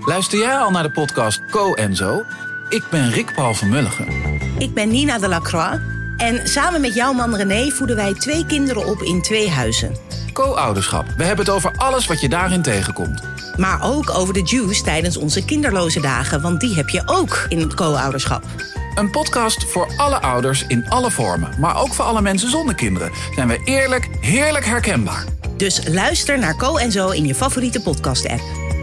Luister jij al naar de podcast Co en Zo? Ik ben Rick Paul van Mulligen. Ik ben Nina de Lacroix. En samen met jouw man René voeden wij 2 kinderen op in 2 huizen. Co-ouderschap. We hebben het over alles wat je daarin tegenkomt. Maar ook over de juice tijdens onze kinderloze dagen. Want die heb je ook in het co-ouderschap. Een podcast voor alle ouders in alle vormen. Maar ook voor alle mensen zonder kinderen. Zijn we eerlijk, heerlijk herkenbaar. Dus luister naar Co en Zo in je favoriete podcast-app.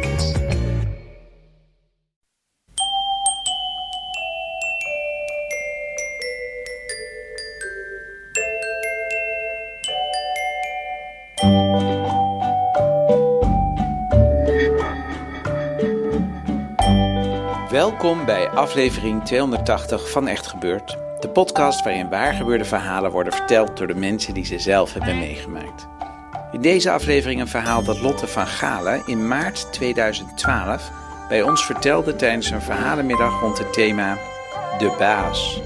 Welkom bij aflevering 280 van Echt Gebeurd. De podcast waarin waargebeurde verhalen worden verteld door de mensen die ze zelf hebben meegemaakt. In deze aflevering een verhaal dat Lotte van Galen in maart 2012 bij ons vertelde tijdens een verhalenmiddag rond het thema De Baas.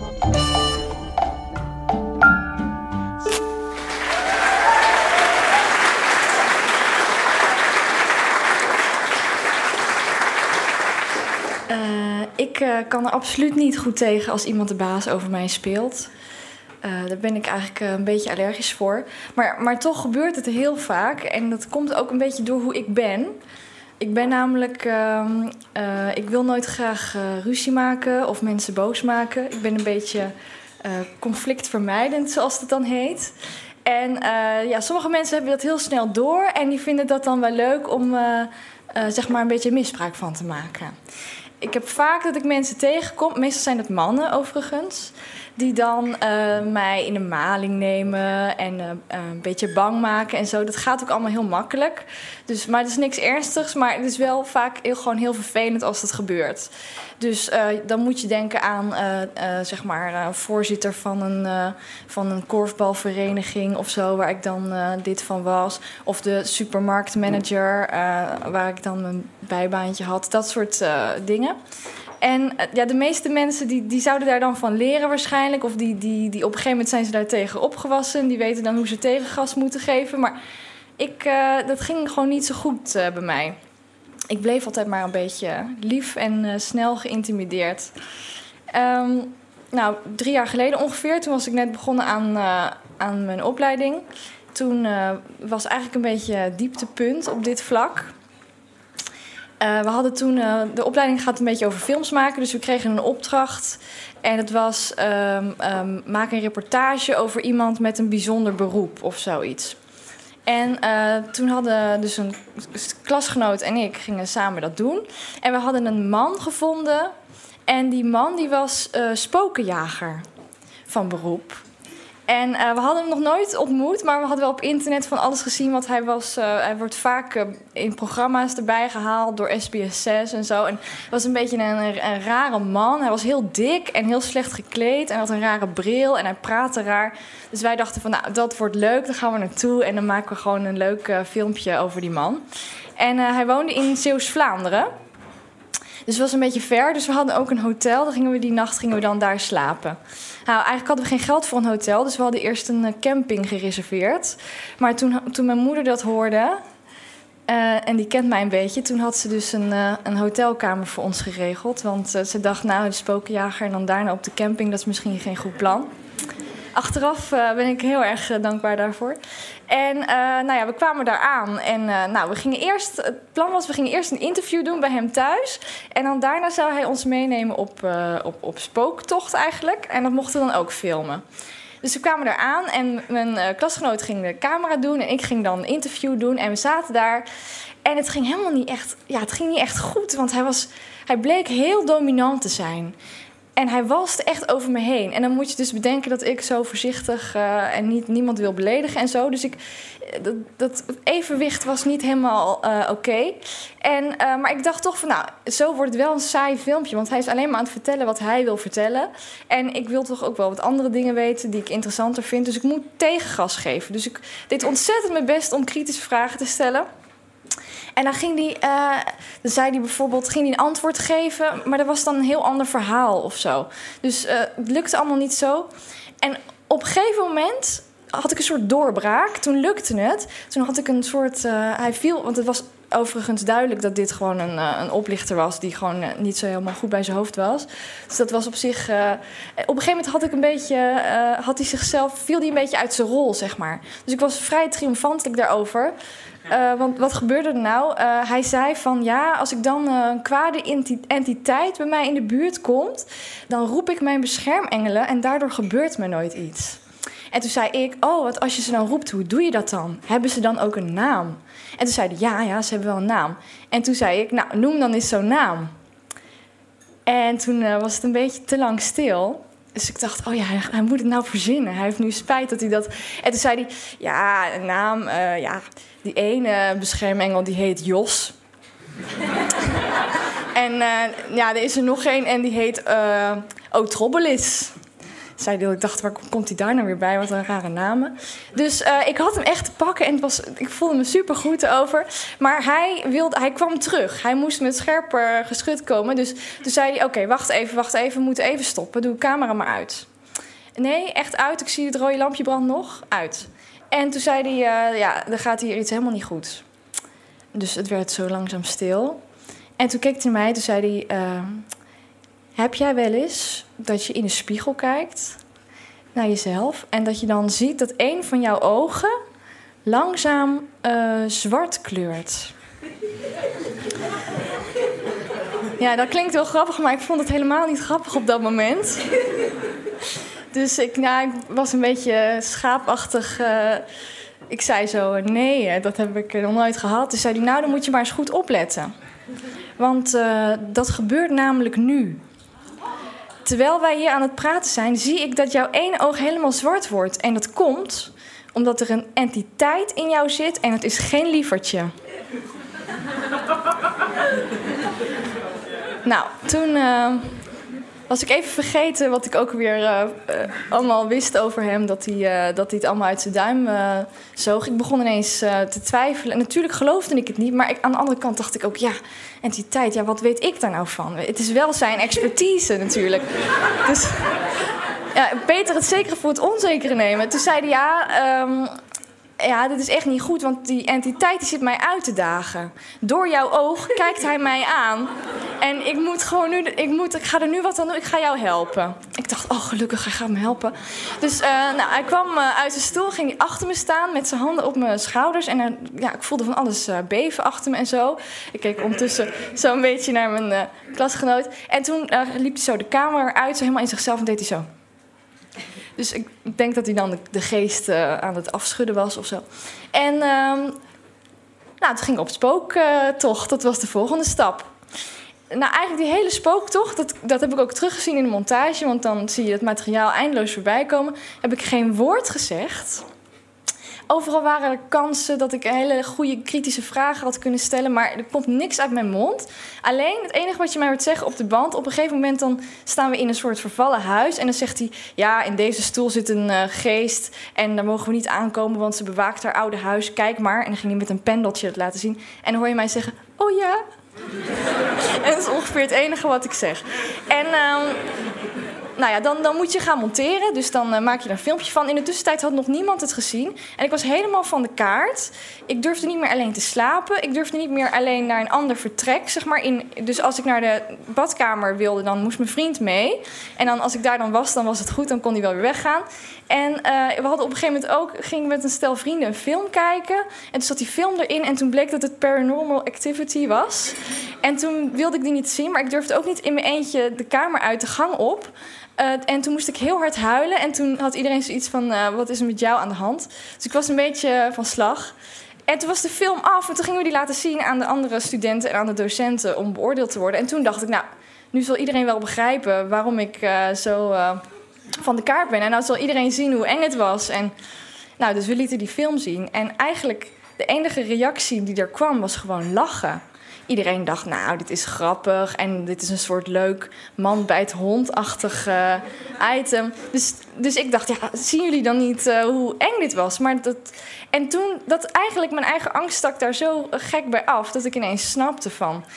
Ik kan er absoluut niet goed tegen als iemand de baas over mij speelt. Daar ben ik eigenlijk een beetje allergisch voor. Maar toch gebeurt het heel vaak. En dat komt ook een beetje door hoe ik ben. Ik ben namelijk... ik wil nooit graag ruzie maken of mensen boos maken. Ik ben een beetje conflictvermijdend, zoals het dan heet. En sommige mensen hebben dat heel snel door. En die vinden dat dan wel leuk om zeg maar een beetje misbruik van te maken. Ik heb vaak dat ik mensen tegenkom, meestal zijn het mannen overigens, die dan mij in de maling nemen en een beetje bang maken en zo. Dat gaat ook allemaal heel makkelijk. Maar het is niks ernstigs, maar het is wel vaak gewoon heel vervelend als dat gebeurt. Dus dan moet je denken aan voorzitter van een korfbalvereniging of zo, waar ik dan dit van was. Of de supermarktmanager, waar ik dan mijn bijbaantje had. Dat soort dingen. En de meeste mensen die zouden daar dan van leren waarschijnlijk. Of die op een gegeven moment zijn ze daar tegen opgewassen. Die weten dan hoe ze tegengas moeten geven. Maar dat ging gewoon niet zo goed bij mij. Ik bleef altijd maar een beetje lief en snel geïntimideerd. 3 jaar geleden ongeveer, toen was ik net begonnen aan mijn opleiding. Toen was eigenlijk een beetje het dieptepunt op dit vlak. We hadden toen... de opleiding gaat een beetje over films maken. Dus we kregen een opdracht. En het was... maak een reportage over iemand met een bijzonder beroep of zoiets. En toen hadden dus een klasgenoot en ik gingen samen dat doen. En we hadden een man gevonden. En die man die was spokenjager van beroep. En we hadden hem nog nooit ontmoet, maar we hadden wel op internet van alles gezien. Want hij wordt vaak in programma's erbij gehaald door SBS6 en zo. En hij was een beetje een rare man. Hij was heel dik en heel slecht gekleed en had een rare bril en hij praatte raar. Dus wij dachten van, dat wordt leuk, daar gaan we naartoe. En dan maken we gewoon een leuk filmpje over die man. En hij woonde in Zeeuws-Vlaanderen. Dus het was een beetje ver, dus we hadden ook een hotel. Die nacht gingen we dan daar slapen. Nou, eigenlijk hadden we geen geld voor een hotel, dus we hadden eerst een camping gereserveerd. Maar toen mijn moeder dat hoorde, en die kent mij een beetje, toen had ze dus een hotelkamer voor ons geregeld. Want ze dacht, de spokenjager en dan daarna op de camping, dat is misschien geen goed plan. Achteraf ben ik heel erg dankbaar daarvoor. En we kwamen daar aan. En het plan was, we gingen eerst een interview doen bij hem thuis. En dan daarna zou hij ons meenemen op spooktocht eigenlijk. En dat mochten we dan ook filmen. Dus we kwamen daar aan en mijn klasgenoot ging de camera doen. En ik ging dan een interview doen. En we zaten daar. En het ging helemaal niet echt... Ja, het ging niet echt goed. Want hij bleek heel dominant te zijn. En hij walste echt over me heen. En dan moet je dus bedenken dat ik zo voorzichtig en niemand wil beledigen en zo. Dus dat evenwicht was niet helemaal oké. Maar ik dacht toch van, zo wordt het wel een saai filmpje. Want hij is alleen maar aan het vertellen wat hij wil vertellen. En ik wil toch ook wel wat andere dingen weten die ik interessanter vind. Dus ik moet tegengas geven. Dus ik deed ontzettend mijn best om kritische vragen te stellen. En dan zei hij bijvoorbeeld, een antwoord geven, maar dat was dan een heel ander verhaal of zo. Dus het lukte allemaal niet zo. En op een gegeven moment had ik een soort doorbraak. Toen lukte het. Toen had ik een soort... hij viel, want het was overigens duidelijk dat dit gewoon een oplichter was... die gewoon niet zo helemaal goed bij zijn hoofd was. Dus dat was op zich... op een gegeven moment had ik een beetje... viel hij een beetje uit zijn rol, zeg maar. Dus ik was vrij triomfantelijk daarover... want wat gebeurde er nou? Hij zei van ja, als ik dan een kwade entiteit bij mij in de buurt komt... dan roep ik mijn beschermengelen en daardoor gebeurt me nooit iets. En toen zei ik, wat als je ze dan roept, hoe doe je dat dan? Hebben ze dan ook een naam? En toen zei hij, ja, ze hebben wel een naam. En toen zei ik, nou, noem dan eens zo'n naam. En toen was het een beetje te lang stil... Dus ik dacht, hij moet het nou verzinnen. Hij heeft nu spijt dat hij dat... En toen zei hij, ja, een naam... die ene beschermengel, die heet Jos. En er is er nog één en die heet Otrobolis. Zei hij, ik dacht, waar komt hij daar nou weer bij? Wat een rare namen. Dus ik had hem echt te pakken en ik voelde me super goed over. Maar hij kwam terug. Hij moest met scherper geschut komen. Dus toen zei hij, oké, wacht even, we moeten even stoppen. Doe de camera maar uit. Nee, echt uit. Ik zie het rode lampje brandt nog. Uit. En toen zei hij, er gaat hier iets helemaal niet goed. Dus het werd zo langzaam stil. En toen keek hij naar mij, toen zei hij... heb jij wel eens dat je in de spiegel kijkt naar jezelf... en dat je dan ziet dat een van jouw ogen langzaam zwart kleurt? Ja, dat klinkt wel grappig, maar ik vond het helemaal niet grappig op dat moment. Dus ik was een beetje schaapachtig. Ik zei zo, nee, dat heb ik nog nooit gehad. Dus zei hij, nou, dan moet je maar eens goed opletten. Want dat gebeurt namelijk nu. Terwijl wij hier aan het praten zijn, zie ik dat jouw ene oog helemaal zwart wordt. En dat komt omdat er een entiteit in jou zit en het is geen lievertje. Nou, toen was ik even vergeten wat ik ook weer allemaal wist over hem. Dat hij het allemaal uit zijn duim zoog. Ik begon ineens te twijfelen. En natuurlijk geloofde ik het niet. Maar aan de andere kant dacht ik ook, ja, entiteit, ja, wat weet ik daar nou van? Het is wel zijn expertise natuurlijk. Dus ja, beter het zekere voor het onzekere nemen. Toen zei hij, ja, dit is echt niet goed, want die entiteit die zit mij uit te dagen. Door jouw oog kijkt hij mij aan. En ik moet gewoon nu, ik ga er nu wat aan doen, ik ga jou helpen. Ik dacht, gelukkig, hij gaat me helpen. Dus hij kwam uit zijn stoel, ging hij achter me staan met zijn handen op mijn schouders. En ik voelde van alles beven achter me en zo. Ik keek ondertussen zo een beetje naar mijn klasgenoot. En toen liep hij zo de kamer uit, zo helemaal in zichzelf en deed hij zo. Dus ik denk dat hij dan de geest aan het afschudden was of zo. En toen ging ik op spooktocht. Dat was de volgende stap. Nou, eigenlijk die hele spooktocht, dat heb ik ook teruggezien in de montage. Want dan zie je het materiaal eindeloos voorbij komen. Heb ik geen woord gezegd. Overal waren er kansen dat ik hele goede kritische vragen had kunnen stellen. Maar er komt niks uit mijn mond. Alleen het enige wat je mij hoort zeggen op de band. Op een gegeven moment dan staan we in een soort vervallen huis. En dan zegt hij, ja, in deze stoel zit een geest. En daar mogen we niet aankomen, want ze bewaakt haar oude huis. Kijk maar. En dan ging hij met een pendeltje het laten zien. En dan hoor je mij zeggen, oh ja. En dat is ongeveer het enige wat ik zeg. En dan moet je gaan monteren. Dus dan maak je er een filmpje van. In de tussentijd had nog niemand het gezien. En ik was helemaal van de kaart. Ik durfde niet meer alleen te slapen. Ik durfde niet meer alleen naar een ander vertrek, zeg maar. Dus als ik naar de badkamer wilde, dan moest mijn vriend mee. En dan als ik daar dan was het goed. Dan kon hij wel weer weggaan. En we hadden op een gegeven moment ook, ging met een stel vrienden een film kijken. En toen zat die film erin en toen bleek dat het Paranormal Activity was. En toen wilde ik die niet zien, maar ik durfde ook niet in mijn eentje de kamer uit, de gang op. En toen moest ik heel hard huilen. En toen had iedereen zoiets van, wat is er met jou aan de hand? Dus ik was een beetje van slag. En toen was de film af en toen gingen we die laten zien aan de andere studenten en aan de docenten om beoordeeld te worden. En toen dacht ik, nou, nu zal iedereen wel begrijpen waarom ik zo van de kaart ben. En nou zal iedereen zien hoe eng het was. En nou, dus we lieten die film zien. En eigenlijk de enige reactie die er kwam was gewoon lachen. Iedereen dacht, nou, dit is grappig en dit is een soort leuk man bij het hond-achtig item. Dus ik dacht, ja, zien jullie dan niet hoe eng dit was? En toen, eigenlijk mijn eigen angst stak daar zo gek bij af, dat ik ineens snapte van,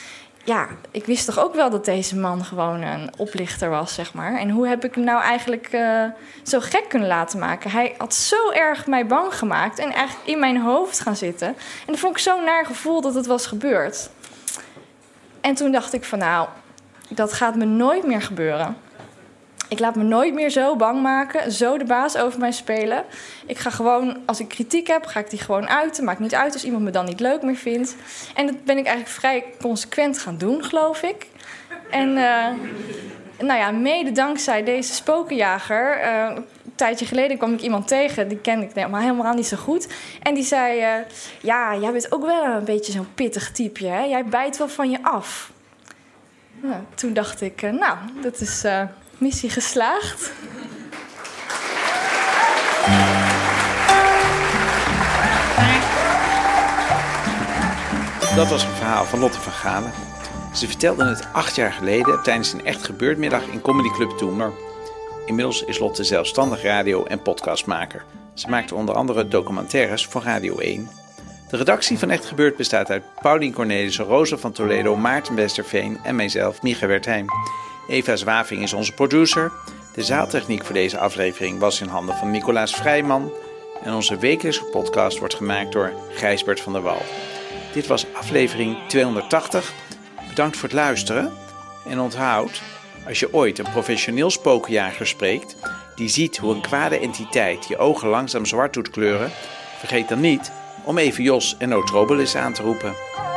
ja, ik wist toch ook wel dat deze man gewoon een oplichter was, zeg maar. En hoe heb ik hem nou eigenlijk zo gek kunnen laten maken? Hij had zo erg mij bang gemaakt en eigenlijk in mijn hoofd gaan zitten. En dat vond ik zo'n naar gevoel dat het was gebeurd. En toen dacht ik van nou, dat gaat me nooit meer gebeuren. Ik laat me nooit meer zo bang maken, zo de baas over mij spelen. Ik ga gewoon, als ik kritiek heb, ga ik die gewoon uiten. Maakt niet uit als iemand me dan niet leuk meer vindt. En dat ben ik eigenlijk vrij consequent gaan doen, geloof ik. En nou ja, mede dankzij deze spokenjager. Een tijdje geleden kwam ik iemand tegen, die kende ik helemaal niet zo goed. En die zei, ja, jij bent ook wel een beetje zo'n pittig type, hè? Jij bijt wel van je af. Nou, toen dacht ik, nou, dat is missie geslaagd. Dat was een verhaal van Lotte van Galen. Ze vertelde het 8 jaar geleden tijdens een Echt Gebeurd middag in Comedy Club Toemler. Inmiddels is Lotte zelfstandig radio- en podcastmaker. Ze maakt onder andere documentaires voor Radio 1. De redactie van Echt Gebeurd bestaat uit Paulien Cornelissen, Rosa van Toledo, Maarten Westerveen en mijzelf, Micha Wertheim. Eva Zwaving is onze producer. De zaaltechniek voor deze aflevering was in handen van Nicolaas Vrijman. En onze wekelijkse podcast wordt gemaakt door Gijsbert van der Wal. Dit was aflevering 280. Bedankt voor het luisteren. En onthoud, als je ooit een professioneel spookjager spreekt, die ziet hoe een kwade entiteit je ogen langzaam zwart doet kleuren, vergeet dan niet om even Jos en Otrobelis aan te roepen.